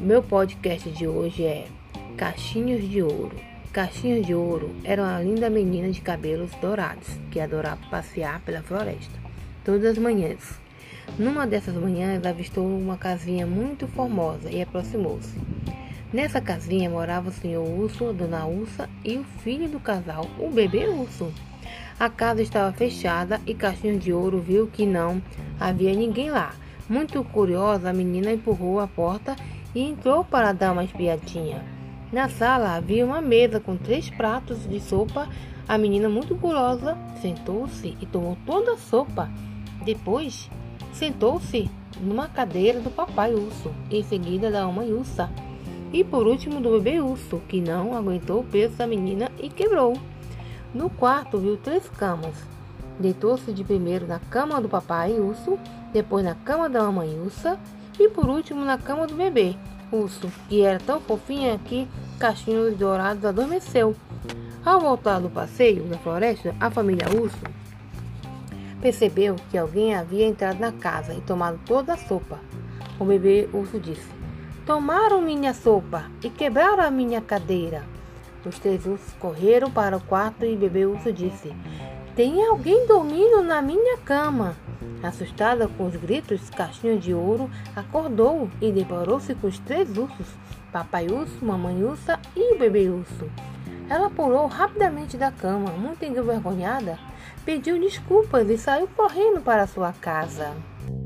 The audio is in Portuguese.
meu podcast de hoje é Cachinhos de Ouro. Cachinhos de Ouro era uma linda menina de cabelos dourados que adorava passear pela floresta todas as manhãs. Numa dessas manhãs, avistou uma casinha muito formosa e aproximou-se. Nessa casinha morava o senhor urso, a dona ursa e o filho do casal, o bebê urso. A casa estava fechada e Cachinhos de Ouro viu que não havia ninguém lá. Muito curiosa, a menina empurrou a porta e entrou para dar uma espiadinha. Na sala havia uma mesa com 3 pratos de sopa. A menina, muito curiosa, sentou-se e tomou toda a sopa. Depois, sentou-se numa cadeira do papai urso, em seguida da mamãe ursa e por último do bebê urso, que não aguentou o peso da menina e quebrou. No quarto viu 3 camas. Deitou-se de primeiro na cama do papai urso, depois na cama da mamãe ursa e por último na cama do bebê urso, que era tão fofinha que Cachinhos Dourados adormeceu. Ao voltar do passeio da floresta, a família urso percebeu que alguém havia entrado na casa e tomado toda a sopa. O bebê urso disse: "Tomaram minha sopa e quebraram a minha cadeira." Os 3 ursos correram para o quarto e o bebê urso disse: "Tem alguém dormindo na minha cama." Assustada com os gritos, Cachinhos de Ouro acordou e deparou-se com os 3 ursos, papai urso, mamãe ursa e o bebê urso. Ela pulou rapidamente da cama, muito envergonhada, pediu desculpas e saiu correndo para sua casa.